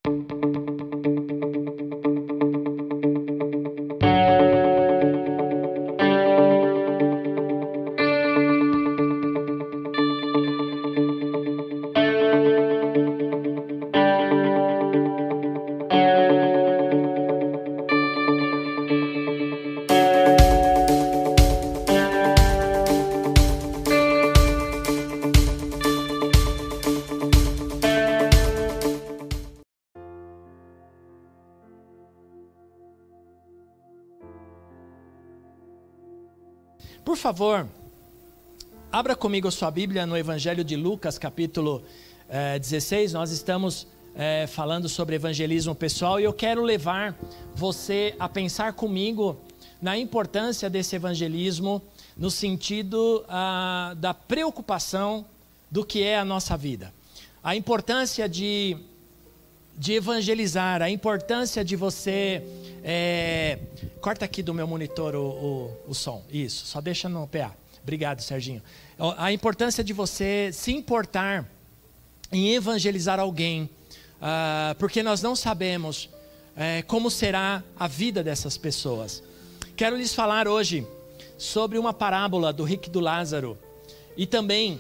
Por favor, abra comigo a sua Bíblia no Evangelho de Lucas, capítulo 16. Nós estamos falando sobre evangelismo pessoal e eu quero levar você a pensar comigo na importância desse evangelismo no sentido da preocupação do que é a nossa vida. A importância de evangelizar, a importância de você... corta aqui do meu monitor o som, isso, só deixa no PA. Obrigado, Serginho. A importância de você se importar em evangelizar alguém, porque nós não sabemos como será a vida dessas pessoas. Quero lhes falar hoje sobre uma parábola do rico e do Lázaro e também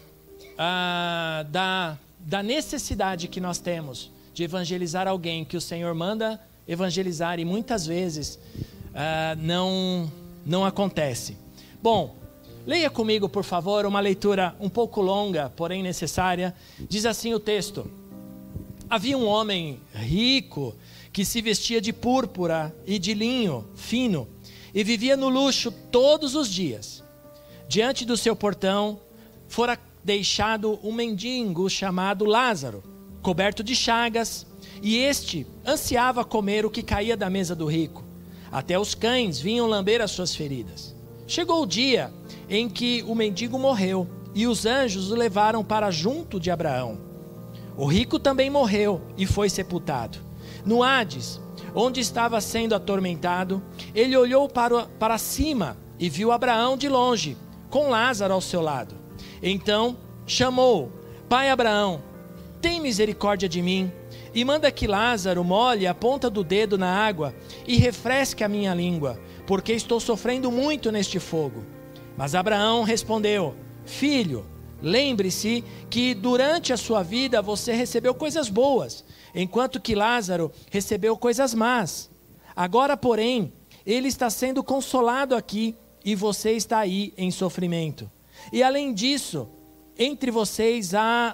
da necessidade que nós temos de evangelizar alguém que o Senhor manda evangelizar e muitas vezes não acontece. Bom, leia comigo, por favor, uma leitura um pouco longa, porém necessária. Diz assim o texto: havia um homem rico que se vestia de púrpura e de linho fino e vivia no luxo todos os dias. Diante do seu portão fora deixado um mendigo chamado Lázaro, coberto de chagas, e este ansiava comer o que caía da mesa do rico. Até os cães vinham lamber as suas feridas. Chegou o dia em que o mendigo morreu, e os anjos o levaram para junto de Abraão. O rico também morreu e foi sepultado. No Hades, onde estava sendo atormentado, ele olhou para cima e viu Abraão de longe, com Lázaro ao seu lado. Então chamou: Pai Abraão, tem misericórdia de mim, e manda que Lázaro molhe a ponta do dedo na água e refresque a minha língua, porque estou sofrendo muito neste fogo. Mas Abraão respondeu: Filho, lembre-se que durante a sua vida você recebeu coisas boas, enquanto que Lázaro recebeu coisas más. Agora, porém, ele está sendo consolado aqui e você está aí em sofrimento. E além disso, entre vocês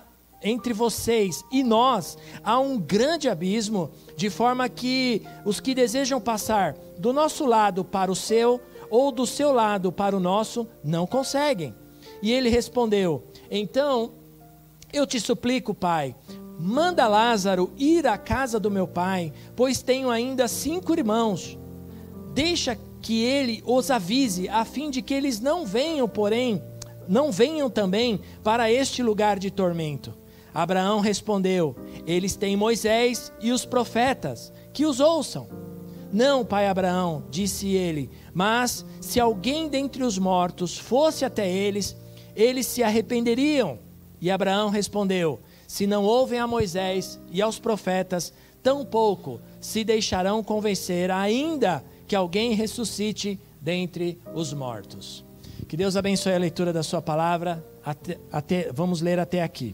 e nós há um grande abismo, de forma que os que desejam passar do nosso lado para o seu, ou do seu lado para o nosso, não conseguem. E ele respondeu: Então, eu te suplico, pai, manda Lázaro ir à casa do meu pai, pois tenho ainda 5 irmãos. Deixa que ele os avise, a fim de que eles não venham também para este lugar de tormento. Abraão respondeu: Eles têm Moisés e os profetas, que os ouçam. Não, pai Abraão, disse ele, mas se alguém dentre os mortos fosse até eles, eles se arrependeriam. E Abraão respondeu: Se não ouvem a Moisés e aos profetas, tampouco se deixarão convencer, ainda que alguém ressuscite dentre os mortos. Que Deus abençoe a leitura da sua palavra. Vamos ler até aqui.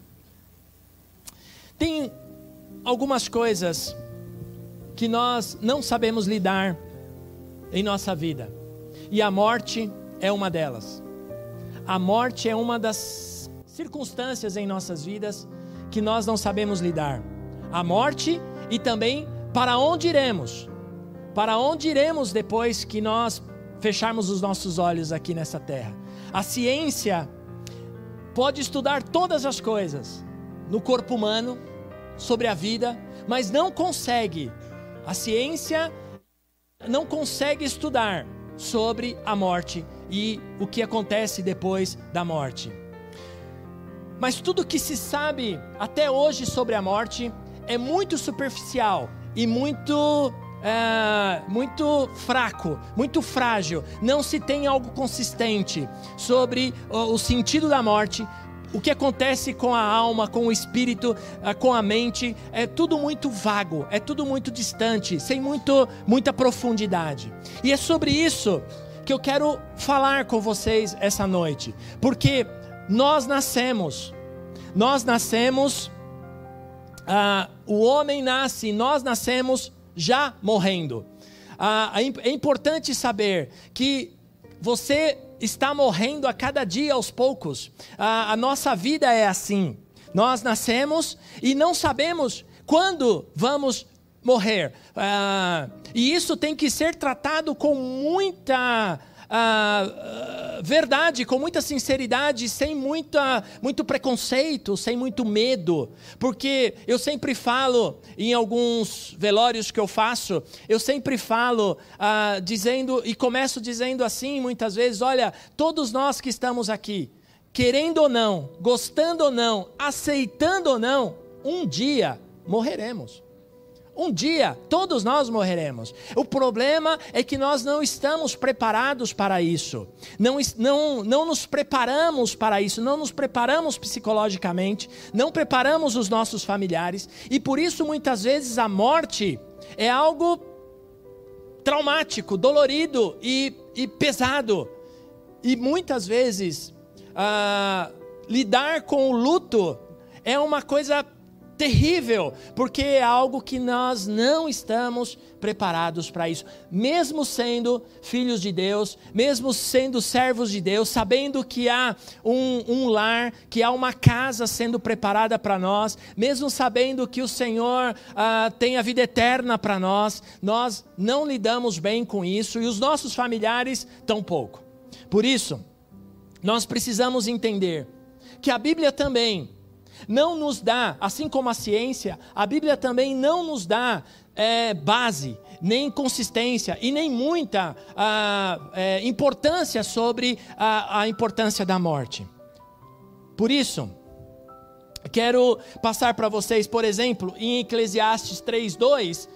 Tem algumas coisas que nós não sabemos lidar em nossa vida, e a morte é uma delas. A morte é uma das circunstâncias em nossas vidas que nós não sabemos lidar. A morte e também para onde iremos. Para onde iremos depois que nós fecharmos os nossos olhos aqui nessa terra. A ciência pode estudar todas as coisas no corpo humano, sobre a vida, mas não consegue. A ciência não consegue estudar sobre a morte e o que acontece depois da morte. Mas tudo que se sabe até hoje sobre a morte é muito superficial e muito fraco, muito frágil. Não se tem algo consistente sobre o sentido da morte, o que acontece com a alma, com o espírito, com a mente, é tudo muito vago, é tudo muito distante, sem muita profundidade. E é sobre isso que eu quero falar com vocês essa noite, porque nós nascemos, o homem nasce, nós nascemos já morrendo. É importante saber que você está morrendo a cada dia aos poucos. A nossa vida é assim. Nós nascemos e não sabemos quando vamos morrer. E isso tem que ser tratado com muita verdade, com muita sinceridade, sem muito preconceito, sem muito medo, porque eu sempre falo, em alguns velórios que eu faço, eu sempre falo, dizendo, e começo dizendo assim, muitas vezes, olha, todos nós que estamos aqui, querendo ou não, gostando ou não, aceitando ou não, um dia morreremos. Um dia, todos nós morreremos. O problema é que nós não estamos preparados para isso. Não nos preparamos para isso. Não nos preparamos psicologicamente. Não preparamos os nossos familiares. E por isso, muitas vezes, a morte é algo traumático, dolorido e pesado. E muitas vezes, lidar com o luto é uma coisa terrível, porque é algo que nós não estamos preparados para isso, mesmo sendo filhos de Deus, mesmo sendo servos de Deus, sabendo que há um lar, que há uma casa sendo preparada para nós, mesmo sabendo que o Senhor tem a vida eterna para nós não lidamos bem com isso, e os nossos familiares tampouco. Por isso, nós precisamos entender que a Bíblia também não nos dá, assim como a ciência, a Bíblia também não nos dá base, nem consistência e nem muita importância sobre a importância da morte. Por isso, quero passar para vocês, por exemplo, em Eclesiastes 3:2,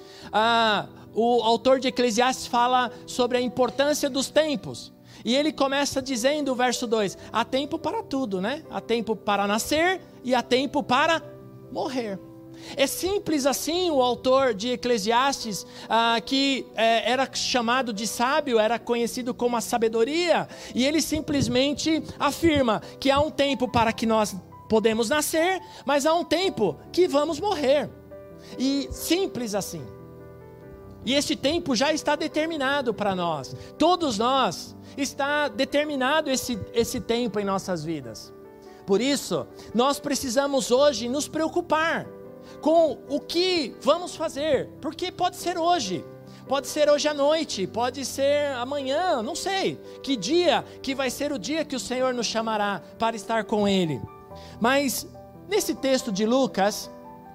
o autor de Eclesiastes fala sobre a importância dos tempos. E ele começa dizendo, verso 2, há tempo para tudo, né? Há tempo para nascer e há tempo para morrer. É simples assim. O autor de Eclesiastes, que era chamado de sábio, era conhecido como a sabedoria, e ele simplesmente afirma que há um tempo para que nós podemos nascer, mas há um tempo que vamos morrer. E simples assim. E este tempo já está determinado para nós. Todos nós, está determinado esse tempo em nossas vidas. Por isso, nós precisamos hoje nos preocupar com o que vamos fazer. Porque pode ser hoje à noite, pode ser amanhã, não sei. Que dia que vai ser o dia que o Senhor nos chamará para estar com Ele. Mas, nesse texto de Lucas,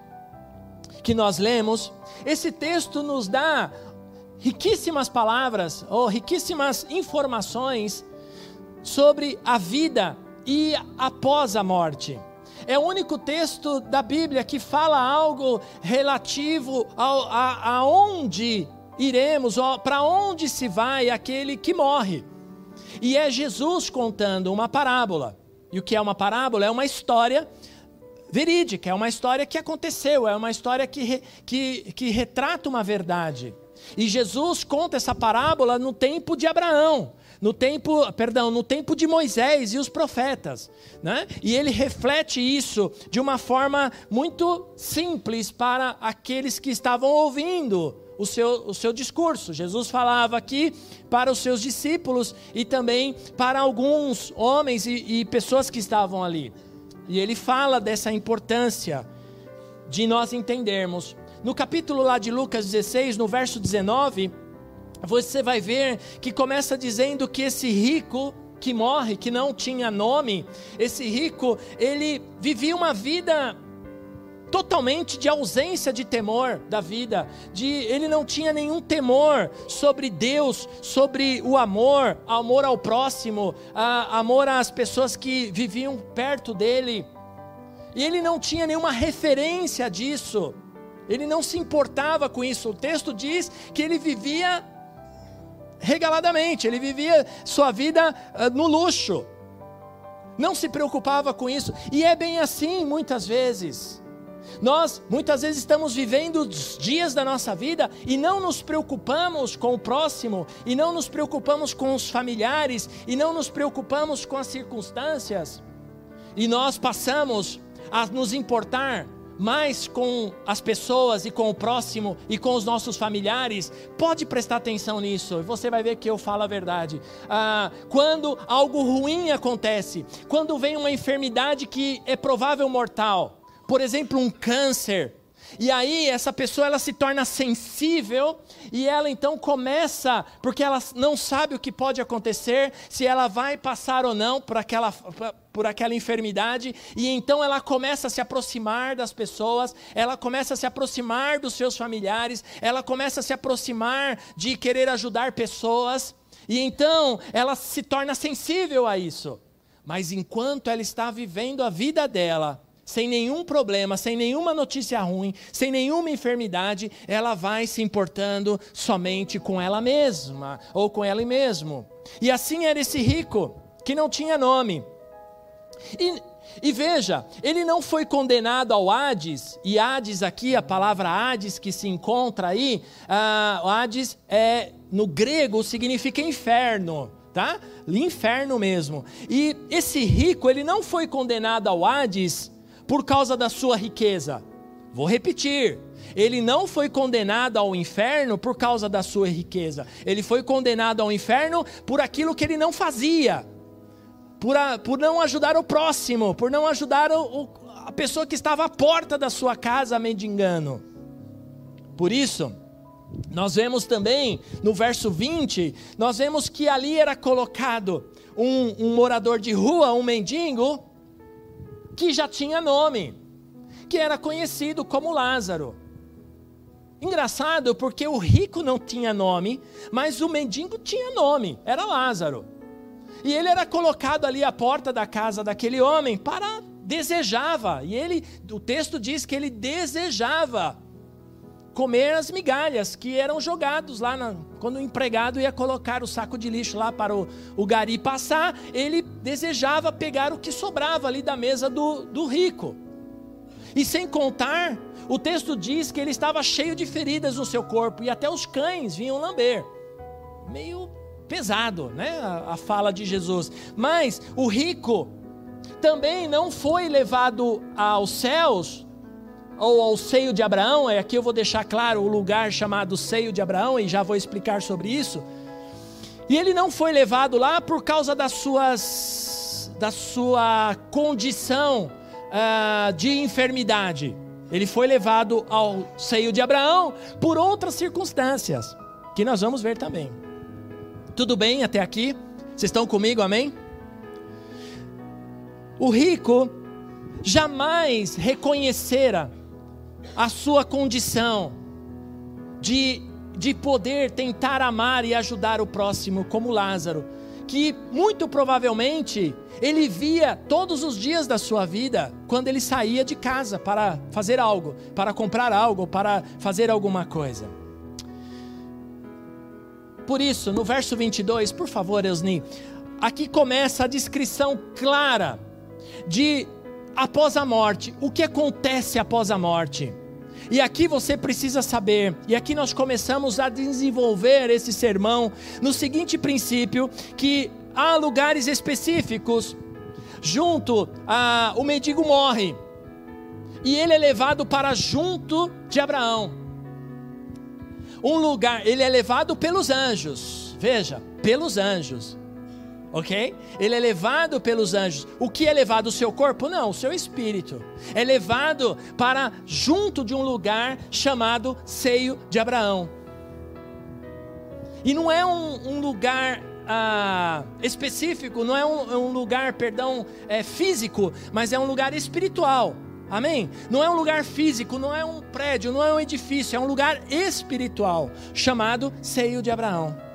que nós lemos, esse texto nos dá riquíssimas palavras, ou riquíssimas informações sobre a vida e após a morte. É o único texto da Bíblia que fala algo relativo a onde iremos, para onde se vai aquele que morre. E é Jesus contando uma parábola. E o que é uma parábola? É uma história verídica, é uma história que aconteceu, é uma história que retrata uma verdade. E Jesus conta essa parábola no tempo de Abraão, no tempo de Moisés e os profetas, né? E ele reflete isso de uma forma muito simples para aqueles que estavam ouvindo o seu discurso. Jesus falava aqui para os seus discípulos e também para alguns homens e pessoas que estavam ali. E ele fala dessa importância de nós entendermos. No capítulo lá de Lucas 16, no verso 19, você vai ver que começa dizendo que esse rico que morre, que não tinha nome, esse rico, ele vivia uma vida totalmente de ausência de temor da vida, ele não tinha nenhum temor sobre Deus, sobre o amor ao próximo, amor às pessoas que viviam perto dele, e ele não tinha nenhuma referência disso, ele não se importava com isso. O texto diz que ele vivia regaladamente, ele vivia sua vida no luxo, Não se preocupava com isso. E é bem assim muitas vezes. Nós muitas vezes estamos vivendo os dias da nossa vida e não nos preocupamos com o próximo, e não nos preocupamos com os familiares, e não nos preocupamos com as circunstâncias. E nós passamos a nos importar mais com as pessoas e com o próximo e com os nossos familiares. Pode prestar atenção nisso e você vai ver que eu falo a verdade. Quando algo ruim acontece, quando vem uma enfermidade que é provável mortal, por exemplo um câncer, e aí essa pessoa ela se torna sensível e ela então começa, porque ela não sabe o que pode acontecer, se ela vai passar ou não por aquela enfermidade, e então ela começa a se aproximar das pessoas, ela começa a se aproximar dos seus familiares, ela começa a se aproximar de querer ajudar pessoas, e então ela se torna sensível a isso. Mas enquanto ela está vivendo a vida dela, sem nenhum problema, sem nenhuma notícia ruim, sem nenhuma enfermidade, ela vai se importando somente com ela mesma, ou com ela mesmo. E assim era esse rico, que não tinha nome. E veja, ele não foi condenado ao Hades, e Hades aqui, a palavra Hades que se encontra aí, Hades no grego significa inferno, tá? Inferno mesmo. E esse rico, ele não foi condenado ao Hades por causa da sua riqueza. Vou repetir, ele não foi condenado ao inferno por causa da sua riqueza. Ele foi condenado ao inferno por aquilo que ele não fazia, por não ajudar o próximo, por não ajudar a pessoa que estava à porta da sua casa mendigando. Por isso, nós vemos também no verso 20, nós vemos que ali era colocado um morador de rua, um mendigo, que já tinha nome, que era conhecido como Lázaro. Engraçado, porque o rico não tinha nome, mas o mendigo tinha nome, era Lázaro. E ele era colocado ali à porta da casa daquele homem desejava, o texto diz que ele desejava comer as migalhas que eram jogados lá, quando o empregado ia colocar o saco de lixo lá para o gari passar, ele desejava pegar o que sobrava ali da mesa do rico. E sem contar, o texto diz que ele estava cheio de feridas no seu corpo, e até os cães vinham lamber. Meio pesado, né, a fala de Jesus. Mas o rico também não foi levado aos céus, ou ao seio de Abraão. Aqui eu vou deixar claro o lugar chamado seio de Abraão, e já vou explicar sobre isso. E ele não foi levado lá por causa da sua condição de enfermidade. Ele foi levado ao seio de Abraão por outras circunstâncias, que nós vamos ver também. Tudo bem até aqui? Vocês estão comigo, amém? O rico jamais reconhecera a sua condição de poder tentar amar e ajudar o próximo, como Lázaro, que muito provavelmente ele via todos os dias da sua vida, quando ele saía de casa para fazer algo, para comprar algo, para fazer alguma coisa. Por isso, no verso 22, por favor, Eusni, aqui começa a descrição clara de após a morte, o que acontece após a morte. E aqui você precisa saber, e aqui nós começamos a desenvolver esse sermão no seguinte princípio, que há lugares específicos, o mendigo morre, e ele é levado para junto de Abraão. Ele é levado pelos anjos, veja, pelos anjos. Ok? Ele é levado pelos anjos. O que é levado? O seu corpo? Não, o seu espírito. É levado para junto de um lugar chamado seio de Abraão. E não é um lugar específico, não é um lugar, físico, mas é um lugar espiritual. Amém? Não é um lugar físico, não é um prédio, não é um edifício, é um lugar espiritual, chamado seio de Abraão.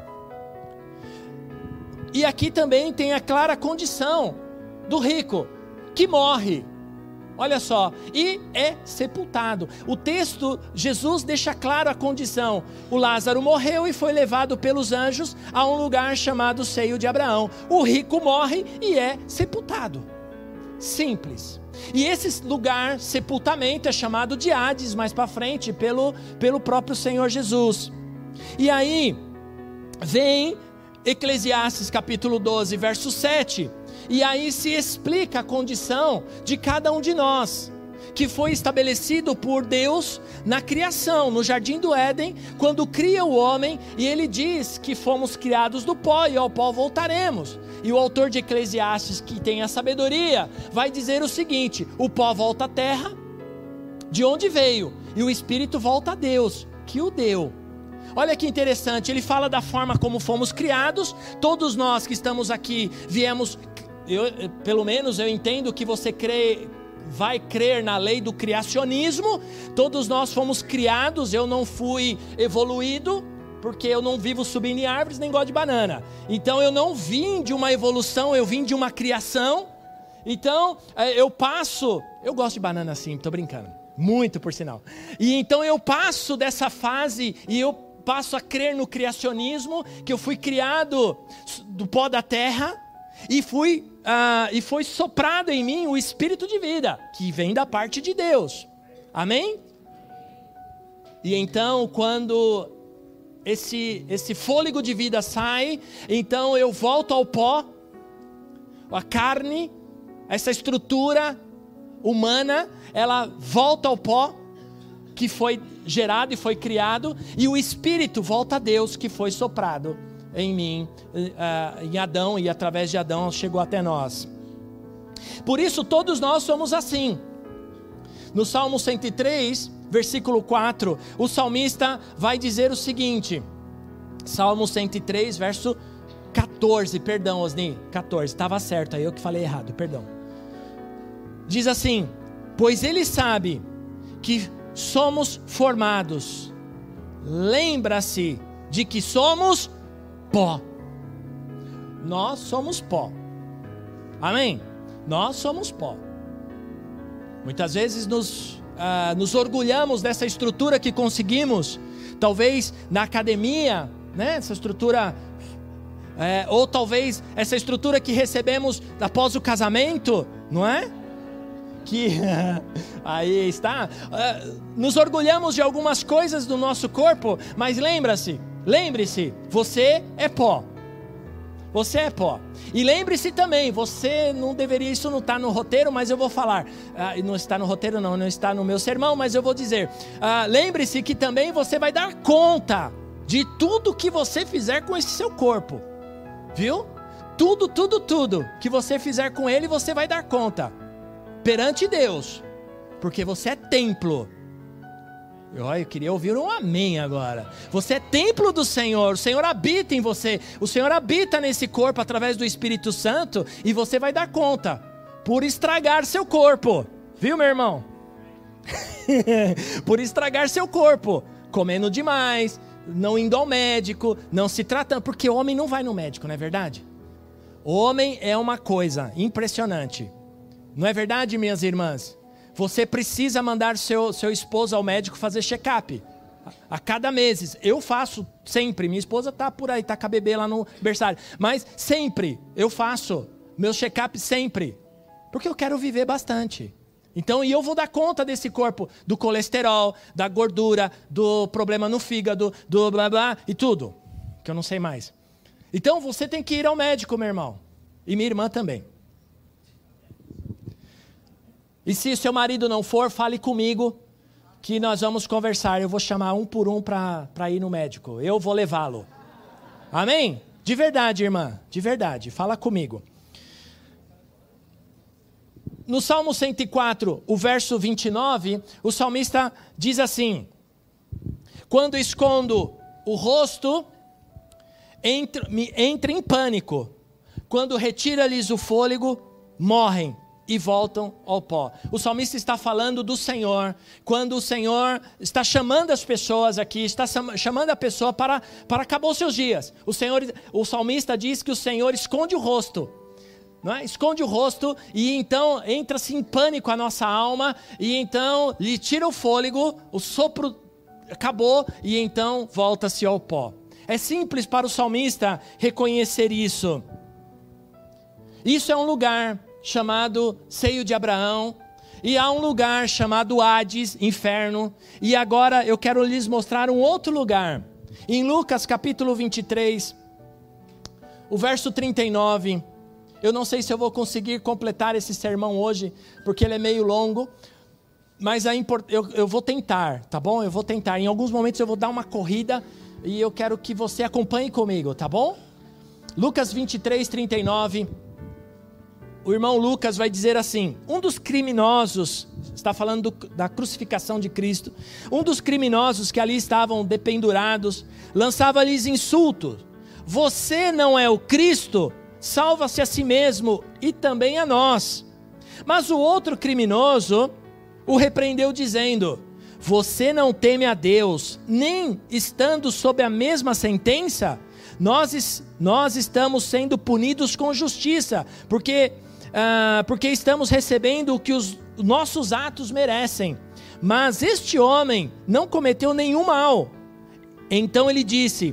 E aqui também tem a clara condição do rico, que morre. Olha só, e é sepultado. O texto, Jesus deixa claro a condição. O Lázaro morreu e foi levado pelos anjos a um lugar chamado Seio de Abraão. O rico morre e é sepultado. Simples. E esse lugar, sepultamento, é chamado de Hades, mais para frente, pelo próprio Senhor Jesus. E aí, vem Eclesiastes capítulo 12, verso 7. E aí se explica a condição de cada um de nós, que foi estabelecido por Deus na criação, no jardim do Éden, quando cria o homem, e ele diz que fomos criados do pó e ao pó voltaremos. E o autor de Eclesiastes, que tem a sabedoria, vai dizer o seguinte: o pó volta à terra, de onde veio, e o espírito volta a Deus, que o deu. Olha que interessante, ele fala da forma como fomos criados. Todos nós que estamos aqui viemos, pelo menos eu entendo que você vai crer na lei do criacionismo. Todos nós fomos criados, eu não fui evoluído, porque eu não vivo subindo em árvores, nem gosto de banana. Então eu não vim de uma evolução, eu vim de uma criação. Então eu gosto de banana sim, estou brincando, muito por sinal. E então eu passo dessa fase e eu passo a crer no criacionismo, que eu fui criado do pó da terra e foi soprado em mim o espírito de vida, que vem da parte de Deus. Amém? E então quando esse fôlego de vida sai, então eu volto ao pó, a carne, essa estrutura humana, ela volta ao pó, que foi gerado e foi criado, e o Espírito volta a Deus, que foi soprado em mim, em Adão, e através de Adão chegou até nós. Por isso todos nós somos assim. No Salmo 103, versículo 4, o salmista vai dizer o seguinte, Salmo 103, verso 14, perdão Osni, 14, estava certo, aí eu que falei errado, perdão. Diz assim: pois ele sabe que somos formados, lembra-se de que somos pó. Nós somos pó. Amém? Nós somos pó. Muitas vezes nos orgulhamos dessa estrutura que conseguimos, talvez na academia, né? Essa estrutura, ou talvez essa estrutura que recebemos após o casamento, não é? Que aí está, nos orgulhamos de algumas coisas do nosso corpo, mas lembre-se, você é pó. Você é pó. E lembre-se também, você não deveria, isso não está no roteiro, mas eu vou falar. Não está no roteiro não está no meu sermão, mas eu vou dizer. Lembre-se que também você vai dar conta de tudo que você fizer com esse seu corpo. Viu? Tudo que você fizer com ele, você vai dar conta. Perante Deus. Porque você é templo. Eu queria ouvir um amém agora. Você é templo do Senhor. O Senhor habita em você. O Senhor habita nesse corpo através do Espírito Santo. E você vai dar conta por estragar seu corpo. Viu, meu irmão? Por estragar seu corpo. Comendo demais, não indo ao médico, não se tratando. Porque o homem não vai no médico, não é verdade? O homem é uma coisa impressionante. Não é verdade, minhas irmãs? Você precisa mandar seu esposo ao médico fazer check-up a cada mês. Eu faço sempre. Minha esposa está por aí, está com a bebê lá no berçário. Mas sempre eu faço meu check-up sempre. Porque eu quero viver bastante. Então, e eu vou dar conta desse corpo, do colesterol, da gordura, do problema no fígado, do blá blá e tudo. Que eu não sei mais. Então você tem que ir ao médico, meu irmão. E minha irmã também. E se seu marido não for, fale comigo, que nós vamos conversar. Eu vou chamar um por um para ir no médico. Eu vou levá-lo. Amém? De verdade, irmã. De verdade. Fala comigo. No Salmo 104, o verso 29, o salmista diz assim: quando escondo o rosto, entra em pânico. Quando retira-lhes o fôlego, morrem e voltam ao pó. O salmista está falando do Senhor, quando o Senhor está chamando as pessoas aqui, está chamando a pessoa para acabar os seus dias. O salmista diz que o Senhor esconde o rosto. não é? Esconde o rosto e então entra-se em pânico a nossa alma e então lhe tira o fôlego, o sopro acabou e então volta-se ao pó. É simples para o salmista reconhecer isso. Isso é um lugar chamado seio de Abraão e há um lugar chamado Hades, inferno, e agora eu quero lhes mostrar um outro lugar. Em Lucas capítulo 23, o verso 39, eu não sei se eu vou conseguir completar esse sermão hoje, porque ele é meio longo, mas eu vou tentar, tá bom? Eu vou tentar, em alguns momentos eu vou dar uma corrida, e eu quero que você acompanhe comigo, tá bom? Lucas 23, 39, o irmão Lucas vai dizer assim, um dos criminosos, está falando da crucificação de Cristo, um dos criminosos que ali estavam dependurados, lançava-lhes insultos, você não é o Cristo? Salva-se a si mesmo e também a nós. Mas o outro criminoso o repreendeu dizendo, você não teme a Deus, nem estando sob a mesma sentença? Nós estamos sendo punidos com justiça, porque estamos recebendo o que os nossos atos merecem. Mas este homem não cometeu nenhum mal. Então ele disse,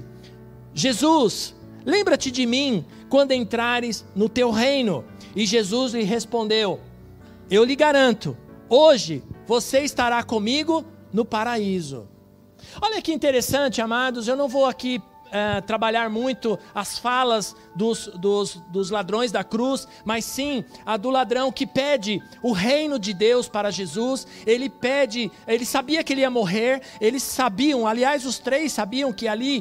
Jesus, lembra-te de mim quando entrares no teu reino. E Jesus lhe respondeu, eu lhe garanto, hoje você estará comigo no paraíso. Olha que interessante, amados, eu não vou aqui trabalhar muito as falas dos ladrões da cruz, mas sim a do ladrão que pede o reino de Deus para Jesus. Ele sabia que ele ia morrer, eles sabiam, aliás os três sabiam que ali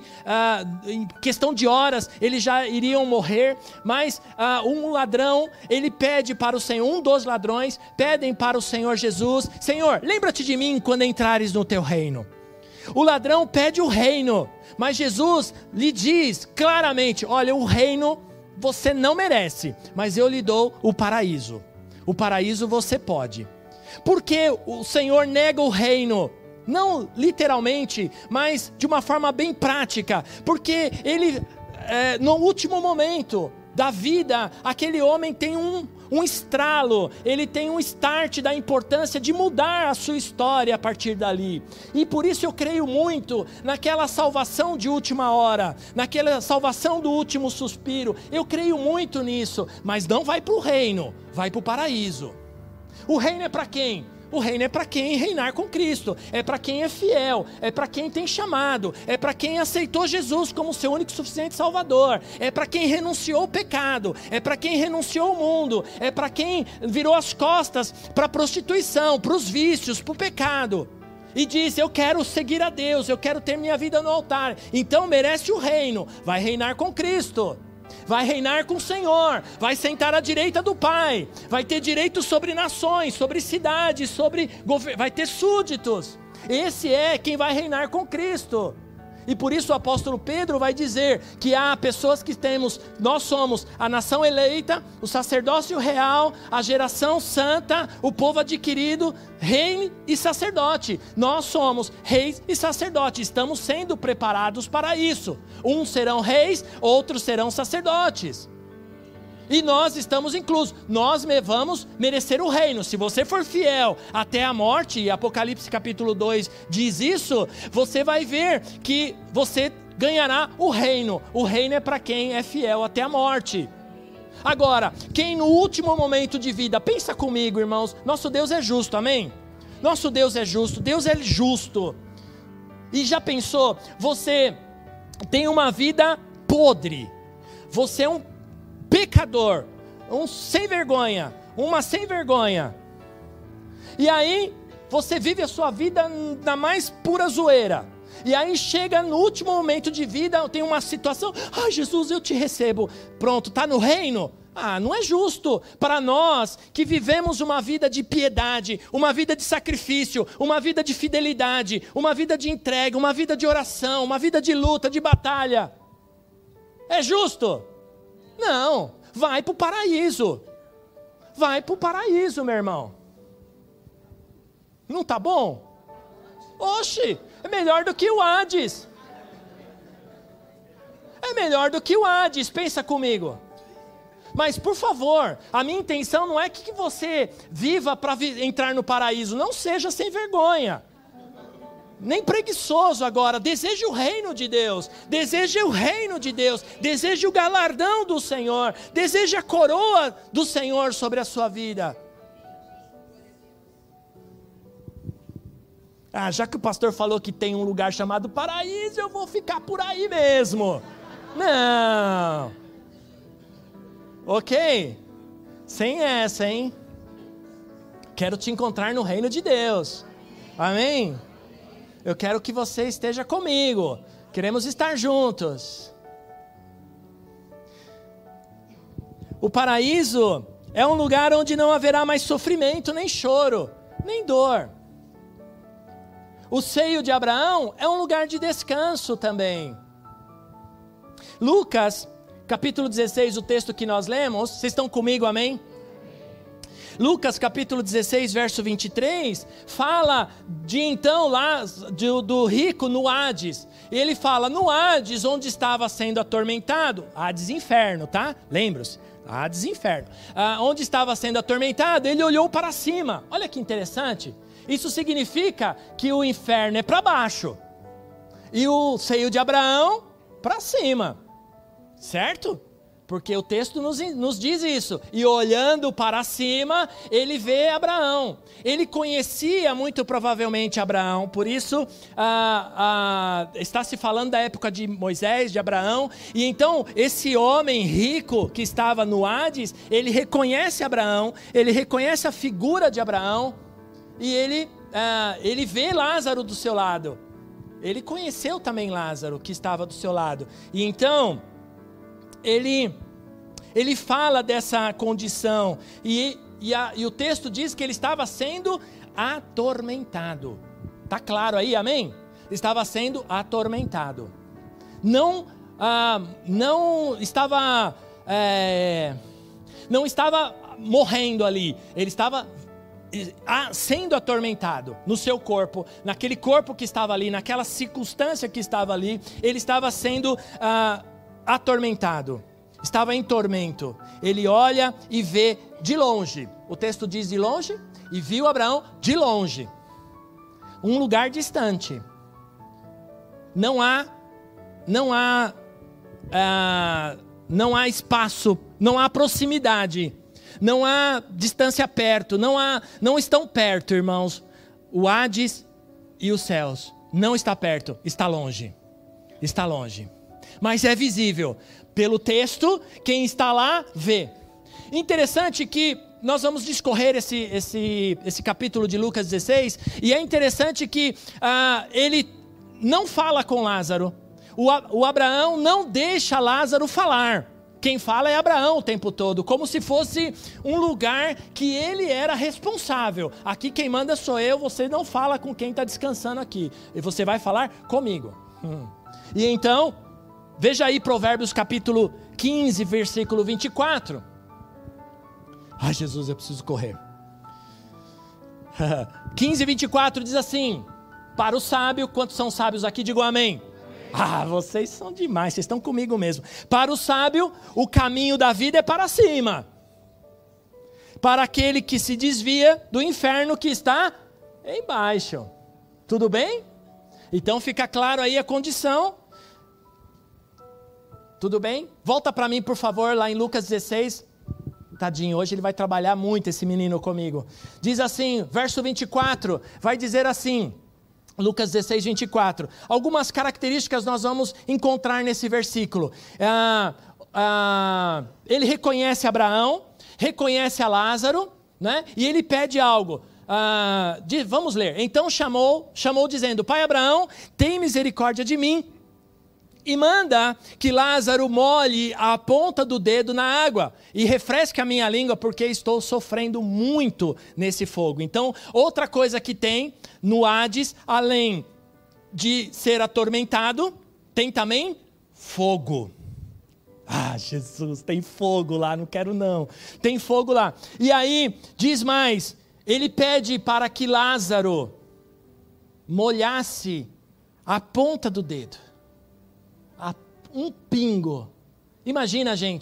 em questão de horas eles já iriam morrer, mas um ladrão, ele pede para o Senhor, um dos ladrões pedem para o Senhor Jesus, Senhor, lembra-te de mim quando entrares no teu reino. O ladrão pede o reino, mas Jesus lhe diz claramente, olha, o reino você não merece, mas eu lhe dou o paraíso. O paraíso você pode. Por que o Senhor nega o reino? Não literalmente, mas de uma forma bem prática. Porque ele, no último momento da vida, aquele homem tem um estralo, ele tem um start da importância de mudar a sua história a partir dali. E por isso eu creio muito naquela salvação de última hora, naquela salvação do último suspiro. Eu creio muito nisso, mas não vai para o reino, vai para o paraíso. O reino é para quem? O reino é para quem reinar com Cristo, é para quem é fiel, é para quem tem chamado, é para quem aceitou Jesus como seu único e suficiente Salvador, é para quem renunciou ao pecado, é para quem renunciou ao mundo, é para quem virou as costas para a prostituição, para os vícios, para o pecado. E diz, eu quero seguir a Deus, eu quero ter minha vida no altar, então merece o reino, vai reinar com Cristo. Vai reinar com o Senhor, vai sentar à direita do Pai, vai ter direito sobre nações, sobre cidades, vai ter súditos. Esse é quem vai reinar com Cristo. E por isso o apóstolo Pedro vai dizer que há pessoas que nós somos a nação eleita, o sacerdócio real, a geração santa, o povo adquirido, rei e sacerdote. Nós somos reis e sacerdotes, estamos sendo preparados para isso. Uns serão reis, outros serão sacerdotes. E nós estamos inclusos, nós vamos merecer o reino. Se você for fiel até a morte, e Apocalipse capítulo 2 diz isso, você vai ver que você ganhará o reino. O reino é para quem é fiel até a morte. Agora, quem no último momento de vida, pensa comigo, irmãos, nosso Deus é justo, amém? Nosso Deus é justo, Deus é justo. E já pensou, você tem uma vida podre, você é um pecador, um sem vergonha, uma sem vergonha, e aí você vive a sua vida na mais pura zoeira, e aí chega no último momento de vida, tem uma situação, Jesus, eu te recebo, pronto, está no reino. Não é justo para nós que vivemos uma vida de piedade, uma vida de sacrifício, uma vida de fidelidade, uma vida de entrega, uma vida de oração, uma vida de luta, de batalha. É justo? Não, vai para o paraíso. Vai para o paraíso, meu irmão. Não está bom? Oxe, é melhor do que o Hades. É melhor do que o Hades, pensa comigo. Mas, por favor, a minha intenção não é que você viva para entrar no paraíso. Não seja sem vergonha. Nem preguiçoso agora. Deseje o reino de Deus. Deseje o reino de Deus. Deseje o galardão do Senhor. Deseje a coroa do Senhor sobre a sua vida. Já que o pastor falou que tem um lugar chamado paraíso, eu vou ficar por aí mesmo. Não. Ok? Sem essa, hein? Quero te encontrar no reino de Deus. Amém? Eu quero que você esteja comigo. Queremos estar juntos. O paraíso é um lugar onde não haverá mais sofrimento, nem choro, nem dor. O seio de Abraão é um lugar de descanso também. Lucas, capítulo 16, o texto que nós lemos, vocês estão comigo, amém? Lucas capítulo 16, verso 23, fala de então lá do rico no Hades. Ele fala, no Hades, onde estava sendo atormentado, Hades inferno, tá? Lembra-se, Hades inferno. Onde estava sendo atormentado, ele olhou para cima. Olha que interessante. Isso significa que o inferno é para baixo e o seio de Abraão para cima, certo? Porque o texto nos diz isso. E olhando para cima, ele vê Abraão. Ele conhecia muito provavelmente Abraão. Por isso, está se falando da época de Moisés, de Abraão. E então, esse homem rico que estava no Hades, ele reconhece Abraão. Ele reconhece a figura de Abraão. E ele vê Lázaro do seu lado. Ele conheceu também Lázaro, que estava do seu lado. E então... Ele fala dessa condição e o texto diz que ele estava sendo atormentado. Está claro aí, amém? Estava sendo atormentado. Não estava morrendo ali. Ele estava sendo atormentado no seu corpo, naquele corpo que estava ali, naquela circunstância que estava ali. Ele estava sendo atormentado, estava em tormento. Ele olha e vê de longe, o texto diz de longe, e viu Abraão de longe, um lugar distante. Não há espaço, não há proximidade, não há distância perto, não estão perto, irmãos. O Hades e os céus não está perto, está longe, mas é visível. Pelo texto, quem está lá, vê. Interessante que nós vamos discorrer esse capítulo de Lucas 16, e é interessante que ele não fala com Lázaro. O Abraão não deixa Lázaro falar. Quem fala é Abraão o tempo todo, como se fosse um lugar que ele era responsável. Aqui quem manda sou eu, você não fala com quem está descansando aqui. E você vai falar comigo. E então... veja aí Provérbios capítulo 15, versículo 24. Ai, Jesus, eu preciso correr. 15, 24 diz assim: para o sábio, quantos são sábios aqui? Digam amém. Vocês são demais, vocês estão comigo mesmo. Para o sábio, o caminho da vida é para cima. Para aquele que se desvia do inferno que está embaixo. Tudo bem? Então fica claro aí a condição. Tudo bem? Volta para mim, por favor, lá em Lucas 16. Tadinho, hoje ele vai trabalhar muito, esse menino, comigo. Diz assim, verso 24, vai dizer assim, Lucas 16, 24. Algumas características nós vamos encontrar nesse versículo. Ele reconhece Abraão, reconhece a Lázaro, né? E ele pede algo. Vamos ler. Então chamou dizendo: Pai Abraão, tem misericórdia de mim, e manda que Lázaro molhe a ponta do dedo na água e refresque a minha língua, porque estou sofrendo muito nesse fogo. Então, outra coisa que tem no Hades, além de ser atormentado, tem também fogo. Jesus, tem fogo lá, não quero não. Tem fogo lá. E aí, diz mais, ele pede para que Lázaro molhasse a ponta do dedo. Um pingo. Imagina, gente,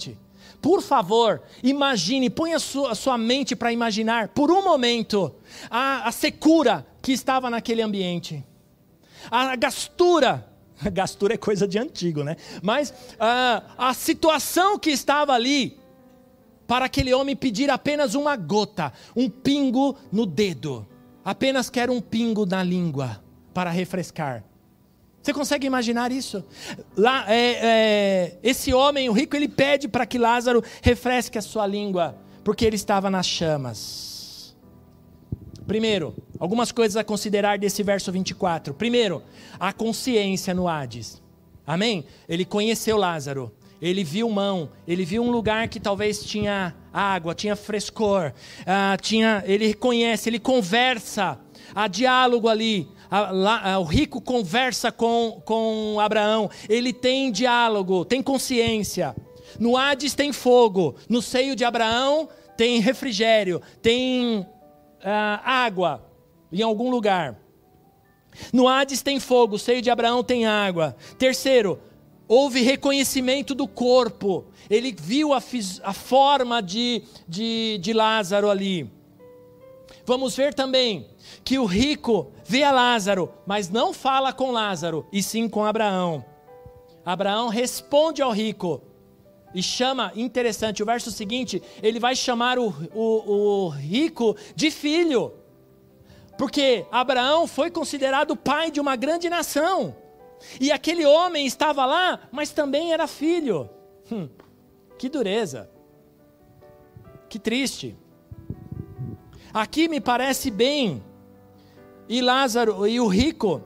Por favor, imagine, ponha a sua mente para imaginar, por um momento, a secura que estava naquele ambiente. A gastura é coisa de antigo, né? Mas a situação que estava ali, para aquele homem pedir apenas uma gota, um pingo no dedo. Apenas quer um pingo na língua, para refrescar. Você consegue imaginar isso? Lá, esse homem, o rico, ele pede para que Lázaro refresque a sua língua, porque ele estava nas chamas. Primeiro, algumas coisas a considerar desse verso 24. Primeiro, a consciência no Hades. Amém? Ele conheceu Lázaro, ele viu mão, ele viu um lugar que talvez tinha água, tinha frescor, ele conhece, ele conversa, há diálogo ali. O rico conversa com Abraão, ele tem diálogo, tem consciência. No Hades tem fogo, no seio de Abraão tem refrigério, tem água em algum lugar. No Hades tem fogo, no seio de Abraão tem água. Terceiro, houve reconhecimento do corpo, ele viu a forma de Lázaro ali. Vamos ver também que o rico vê a Lázaro, mas não fala com Lázaro, e sim com Abraão. Abraão responde ao rico e chama, interessante, o verso seguinte, ele vai chamar o rico de filho, porque Abraão foi considerado pai de uma grande nação, e aquele homem estava lá, mas também era filho. Que dureza, que triste. Aqui me parece bem. E Lázaro, e o rico,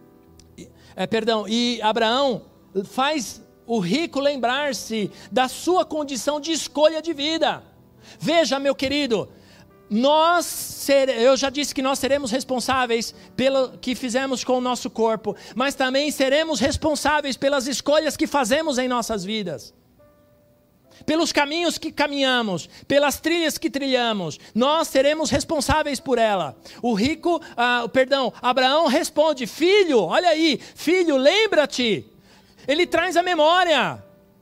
e Abraão faz o rico lembrar-se da sua condição de escolha de vida. Veja, meu querido, eu já disse que nós seremos responsáveis pelo que fizemos com o nosso corpo, mas também seremos responsáveis pelas escolhas que fazemos em nossas vidas. Pelos caminhos que caminhamos, pelas trilhas que trilhamos, nós seremos responsáveis por ela. Abraão responde, filho, olha aí, filho, lembra-te. Ele traz a memória.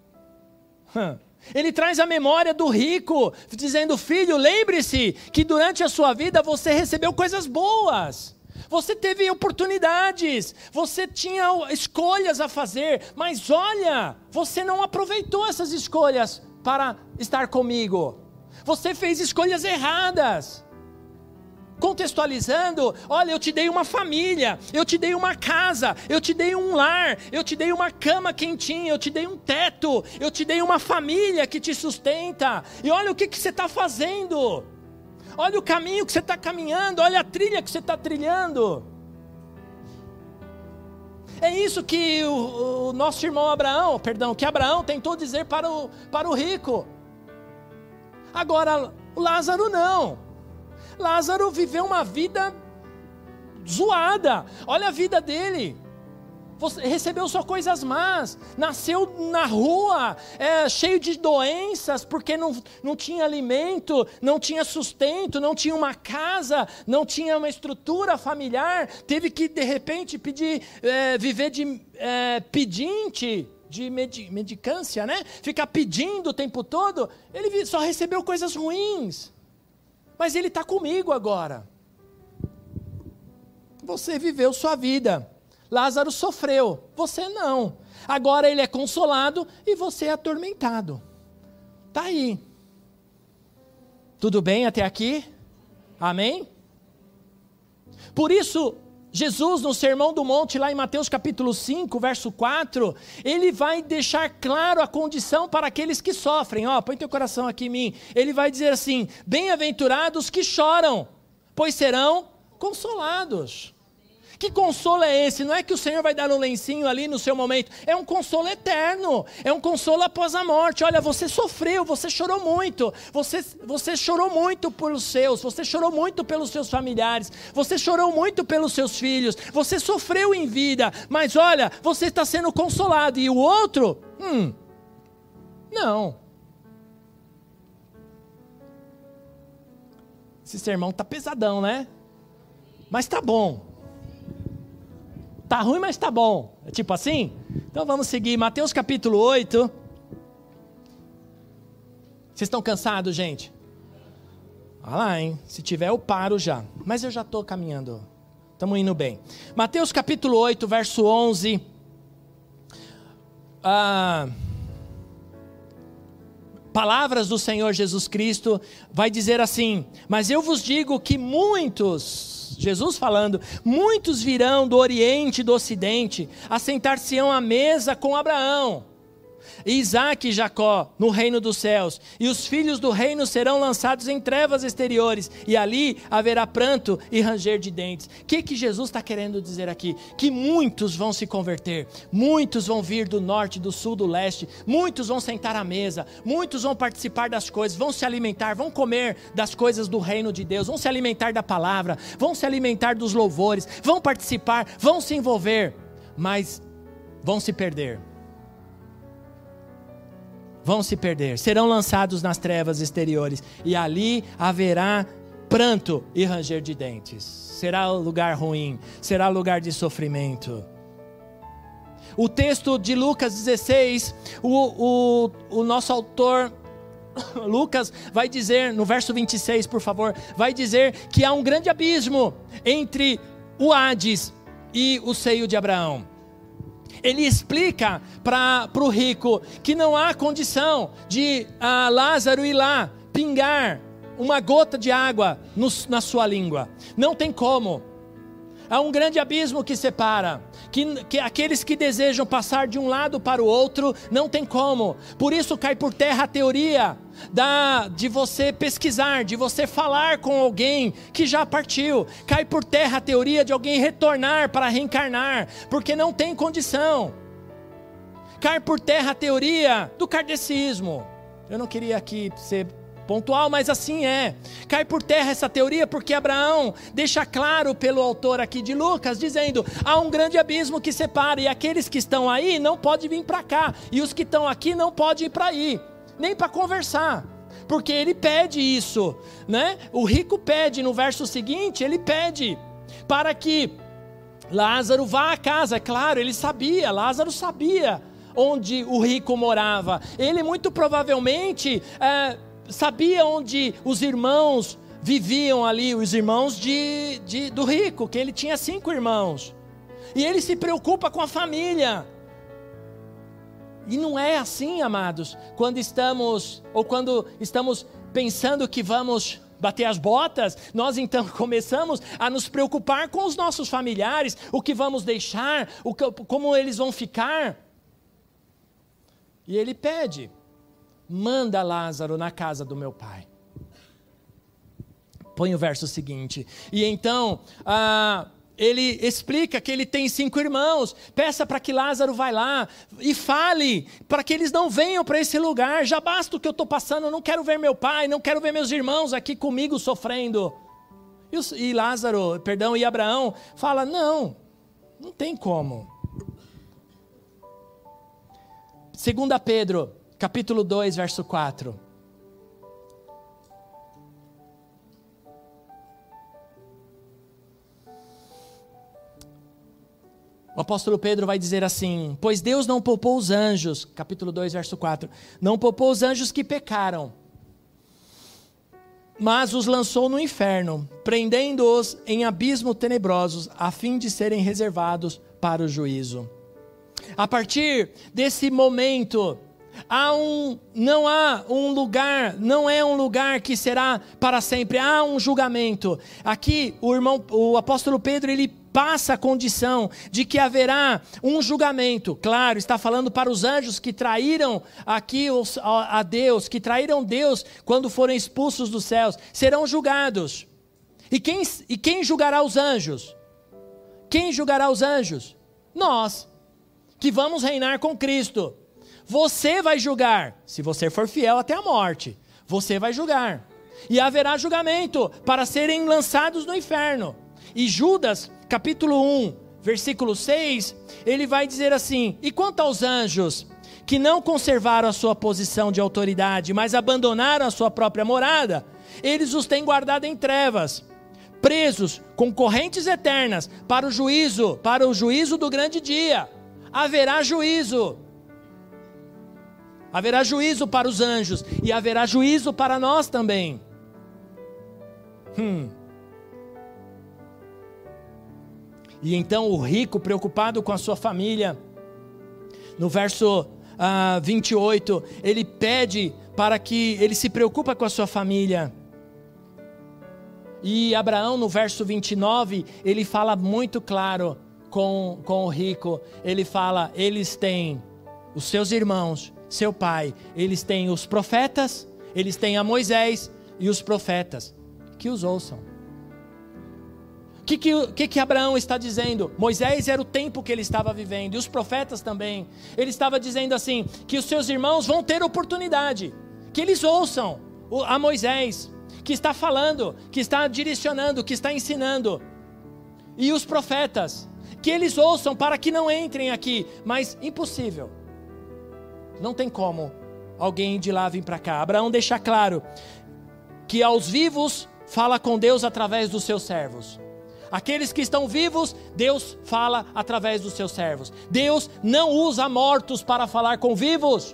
Ele traz a memória do rico, dizendo, filho, lembre-se que durante a sua vida você recebeu coisas boas. Você teve oportunidades, você tinha escolhas a fazer, mas olha, você não aproveitou essas escolhas para estar comigo. Você fez escolhas erradas. Contextualizando, olha, eu te dei uma família, eu te dei uma casa, eu te dei um lar, eu te dei uma cama quentinha, eu te dei um teto, eu te dei uma família que te sustenta. E olha o que você está fazendo. Olha o caminho que você está caminhando, olha a trilha que você está trilhando. É isso que o nosso irmão Abraão, que Abraão tentou dizer para o rico. Agora, o Lázaro não. Lázaro viveu uma vida zoada. Olha a vida dele. Recebeu só coisas más, nasceu na rua, cheio de doenças, porque não tinha alimento, não tinha sustento, não tinha uma casa, não tinha uma estrutura familiar, teve que de repente viver de pedinte, de mendicância, né? Ficar pedindo o tempo todo. Ele só recebeu coisas ruins, mas ele está comigo agora. Você viveu sua vida. Lázaro sofreu, você não. Agora ele é consolado e você é atormentado. Está aí. Tudo bem até aqui? Amém? Por isso, Jesus no Sermão do Monte, lá em Mateus capítulo 5, verso 4, ele vai deixar claro a condição para aqueles que sofrem. Põe teu coração aqui em mim. Ele vai dizer assim, bem-aventurados que choram, pois serão consolados. Que consolo é esse? Não é que o Senhor vai dar um lencinho ali no seu momento. É um consolo eterno. É um consolo após a morte. Olha, você sofreu, você chorou muito. Você chorou muito pelos seus. Você chorou muito pelos seus familiares. Você chorou muito pelos seus filhos. Você sofreu em vida. Mas olha, você está sendo consolado. E o outro? Não. Esse sermão está pesadão, né? Mas está bom. Tá ruim, mas tá bom. É tipo assim? Então vamos seguir. Mateus capítulo 8. Vocês estão cansados, gente? Olha lá, hein? Se tiver eu paro já. Mas eu já estou caminhando. Estamos indo bem. Mateus capítulo 8, verso 11. Palavras do Senhor Jesus Cristo. Vai dizer assim: mas eu vos digo que muitos, Jesus falando, muitos virão do Oriente e do Ocidente, assentar-se-ão à mesa com Abraão, Isaque e Jacó, no reino dos céus, e os filhos do reino serão lançados em trevas exteriores, e ali haverá pranto e ranger de dentes. O que Jesus está querendo dizer aqui? Que muitos vão se converter, muitos vão vir do norte, do sul, do leste, muitos vão sentar à mesa, muitos vão participar das coisas, vão se alimentar, vão comer das coisas do reino de Deus, vão se alimentar da palavra, vão se alimentar dos louvores, vão participar, vão se envolver, mas vão se perder. Vão se perder, serão lançados nas trevas exteriores, e ali haverá pranto e ranger de dentes. Será lugar ruim, será lugar de sofrimento. O texto de Lucas 16, o nosso autor Lucas vai dizer, no verso 26, por favor, vai dizer que há um grande abismo entre o Hades e o seio de Abraão. Ele explica para o rico que não há condição de Lázaro ir lá pingar uma gota de água na sua língua. Não tem como. Há um grande abismo que separa, que aqueles que desejam passar de um lado para o outro, não tem como. Por isso cai por terra a teoria de você pesquisar, de você falar com alguém que já partiu. Cai por terra a teoria de alguém retornar para reencarnar, porque não tem condição. Cai por terra a teoria do kardecismo. Eu não queria aqui ser pontual, mas assim é. Cai por terra essa teoria porque Abraão deixa claro pelo autor aqui de Lucas, dizendo: há um grande abismo que separa, e aqueles que estão aí não podem vir para cá, e os que estão aqui não podem ir para aí, nem para conversar, porque ele pede isso, né? O rico pede, no verso seguinte, ele pede para que Lázaro vá à casa. Claro, ele sabia, Lázaro sabia onde o rico morava. Ele muito provavelmente sabia onde os irmãos viviam ali, os irmãos do rico, que ele tinha 5 irmãos. E ele se preocupa com a família. E não é assim, amados, quando estamos pensando que vamos bater as botas, nós então começamos a nos preocupar com os nossos familiares, o que vamos deixar, como eles vão ficar. E ele pede: manda Lázaro na casa do meu pai. Põe o verso seguinte. E então, ele explica que ele tem 5 irmãos. Peça para que Lázaro vá lá e fale para que eles não venham para esse lugar. Já basta o que eu estou passando, eu não quero ver meu pai, não quero ver meus irmãos aqui comigo sofrendo. E Abraão fala: não tem como. 2 Pedro capítulo 2, verso 4. O apóstolo Pedro vai dizer assim: pois Deus não poupou os anjos, capítulo 2, verso 4, não poupou os anjos que pecaram, mas os lançou no inferno, prendendo-os em abismos tenebrosos, a fim de serem reservados para o juízo. A partir desse momento, não há um lugar, não é um lugar que será para sempre, há um julgamento. Aqui o apóstolo Pedro, ele passa a condição de que haverá um julgamento. Claro, está falando para os anjos que traíram aqui a Deus, que traíram Deus quando foram expulsos dos céus, serão julgados. E quem julgará os anjos? Quem julgará os anjos? Nós, que vamos reinar com Cristo. Você vai julgar, se você for fiel até a morte, você vai julgar. E haverá julgamento para serem lançados no inferno. E Judas, capítulo 1, versículo 6, ele vai dizer assim: e quanto aos anjos, que não conservaram a sua posição de autoridade, mas abandonaram a sua própria morada, eles os têm guardado em trevas, presos com correntes eternas para o juízo do grande dia. Haverá juízo. haverá juízo para os anjos e haverá juízo para nós também. E então o rico, preocupado com a sua família, no verso 28, ele pede para que ele se preocupa com a sua família. E Abraão, no verso 29, ele fala muito claro com o rico. Ele fala, eles têm os seus irmãos, seu pai, eles têm os profetas, eles têm a Moisés e os profetas, que os ouçam. O que Abraão está dizendo? Moisés era o tempo que ele estava vivendo, e os profetas também. Ele estava dizendo assim, que os seus irmãos vão ter oportunidade, que eles ouçam a Moisés, que está falando, que está direcionando, que está ensinando. E os profetas, que eles ouçam para que não entrem aqui, mas impossível. Não tem como alguém de lá vir para cá. Abraão deixa claro que aos vivos fala com Deus através dos seus servos. Aqueles que estão vivos, Deus fala através dos seus servos. Deus não usa mortos para falar com vivos.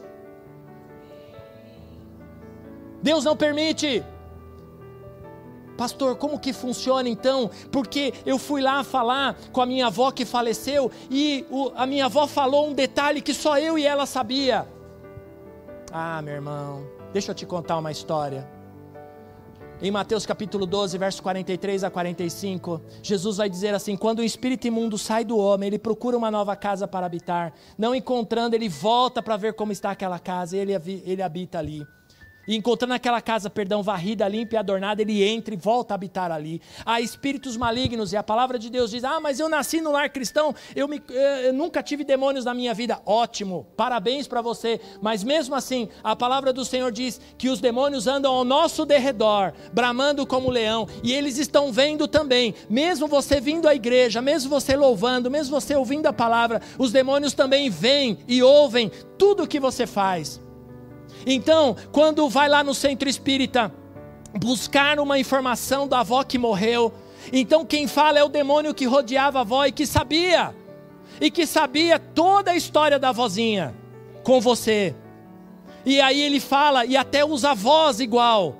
Deus não permite. Pastor, como que funciona então? Porque eu fui lá falar com a minha avó que faleceu e a minha avó falou um detalhe que só eu e ela sabia. Ah, meu irmão, deixa eu te contar uma história. Em Mateus capítulo 12, versos 43 a 45, Jesus vai dizer assim, quando o espírito imundo sai do homem, ele procura uma nova casa para habitar. Não encontrando, ele volta para ver como está aquela casa, e ele habita ali. E encontrando aquela casa, varrida, limpa e adornada, ele entra e volta a habitar ali. Há espíritos malignos, e a palavra de Deus diz, mas eu nasci no lar cristão, eu nunca tive demônios na minha vida. Ótimo, parabéns para você. Mas mesmo assim, a palavra do Senhor diz que os demônios andam ao nosso derredor, bramando como leão, e eles estão vendo também. Mesmo você vindo à igreja, mesmo você louvando, mesmo você ouvindo a palavra, os demônios também veem e ouvem tudo o que você faz. Então, quando vai lá no centro espírita buscar uma informação da avó que morreu, então quem fala é o demônio que rodeava a avó e que sabia toda a história da avózinha com você. E aí ele fala e até usa a voz igual.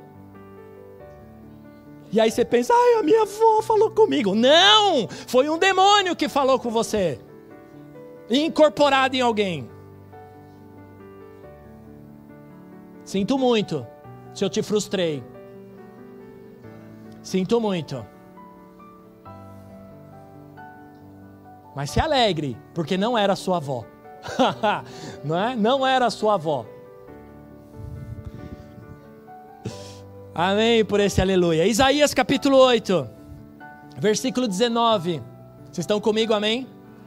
E aí você pensa, a minha avó falou comigo. Não, foi um demônio que falou com você, incorporado em alguém. Sinto muito se eu te frustrei. Sinto muito. Mas se alegre, porque não era sua avó. Não é? Não era sua avó. Amém por esse aleluia. Isaías capítulo 8, versículo 19. Vocês estão comigo, amém?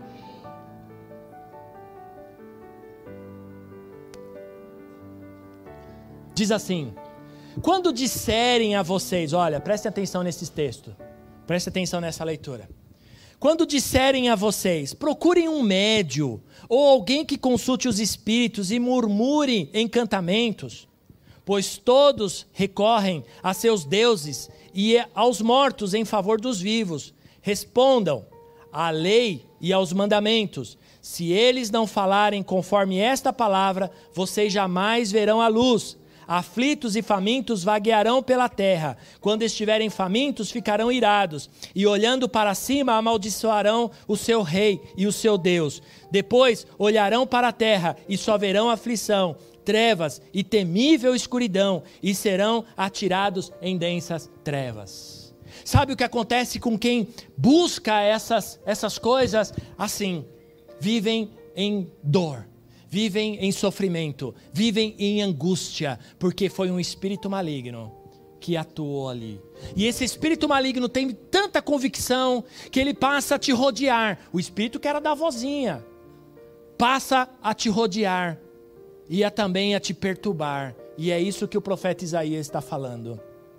Diz assim, quando disserem a vocês, olha, preste atenção nesses textos, preste atenção nessa leitura. Quando disserem a vocês, procurem um médio, ou alguém que consulte os espíritos e murmure encantamentos, pois todos recorrem a seus deuses e aos mortos em favor dos vivos. Respondam à lei e aos mandamentos. Se eles não falarem conforme esta palavra, vocês jamais verão a luz. Aflitos e famintos vaguearão pela terra. Quando estiverem famintos, ficarão irados. E olhando para cima, amaldiçoarão o seu rei e o seu Deus. Depois olharão para a terra e só verão aflição, trevas e temível escuridão. E serão atirados em densas trevas. Sabe o que acontece com quem busca essas coisas? Assim, vivem em dor. Vivem em sofrimento, vivem em angústia, porque foi um espírito maligno que atuou ali. E esse espírito maligno tem tanta convicção que ele passa a te rodear. O espírito que era da vozinha passa a te rodear e também a te perturbar. E é isso que o profeta Isaías está falando.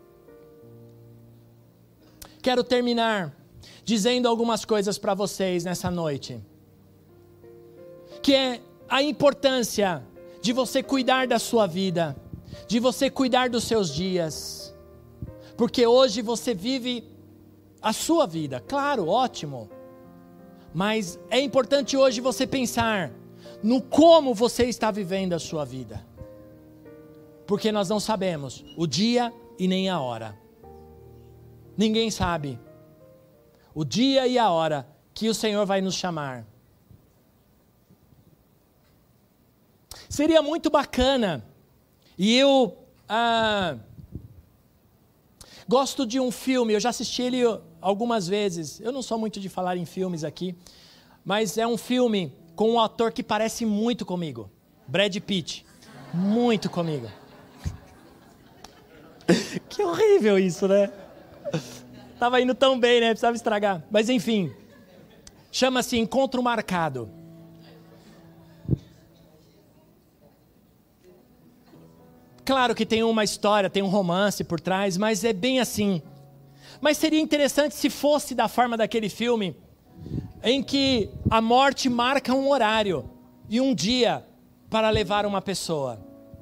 Quero terminar dizendo algumas coisas para vocês nessa noite. Que é a importância de você cuidar da sua vida, de você cuidar dos seus dias, porque hoje você vive a sua vida, claro, ótimo, mas é importante hoje você pensar no como você está vivendo a sua vida. Porque nós não sabemos o dia e nem a hora. Ninguém sabe o dia e a hora que o Senhor vai nos chamar. Seria muito bacana, e eu gosto de um filme, eu já assisti ele algumas vezes, eu não sou muito de falar em filmes aqui, mas é um filme com um ator que parece muito comigo, Brad Pitt, muito comigo. Que horrível isso, né? Tava indo tão bem, né? Precisava estragar. Mas enfim, chama-se Encontro Marcado. Claro que tem uma história, tem um romance por trás, mas é bem assim. Mas seria interessante se fosse da forma daquele filme, em que a morte marca um horário e um dia para levar uma pessoa.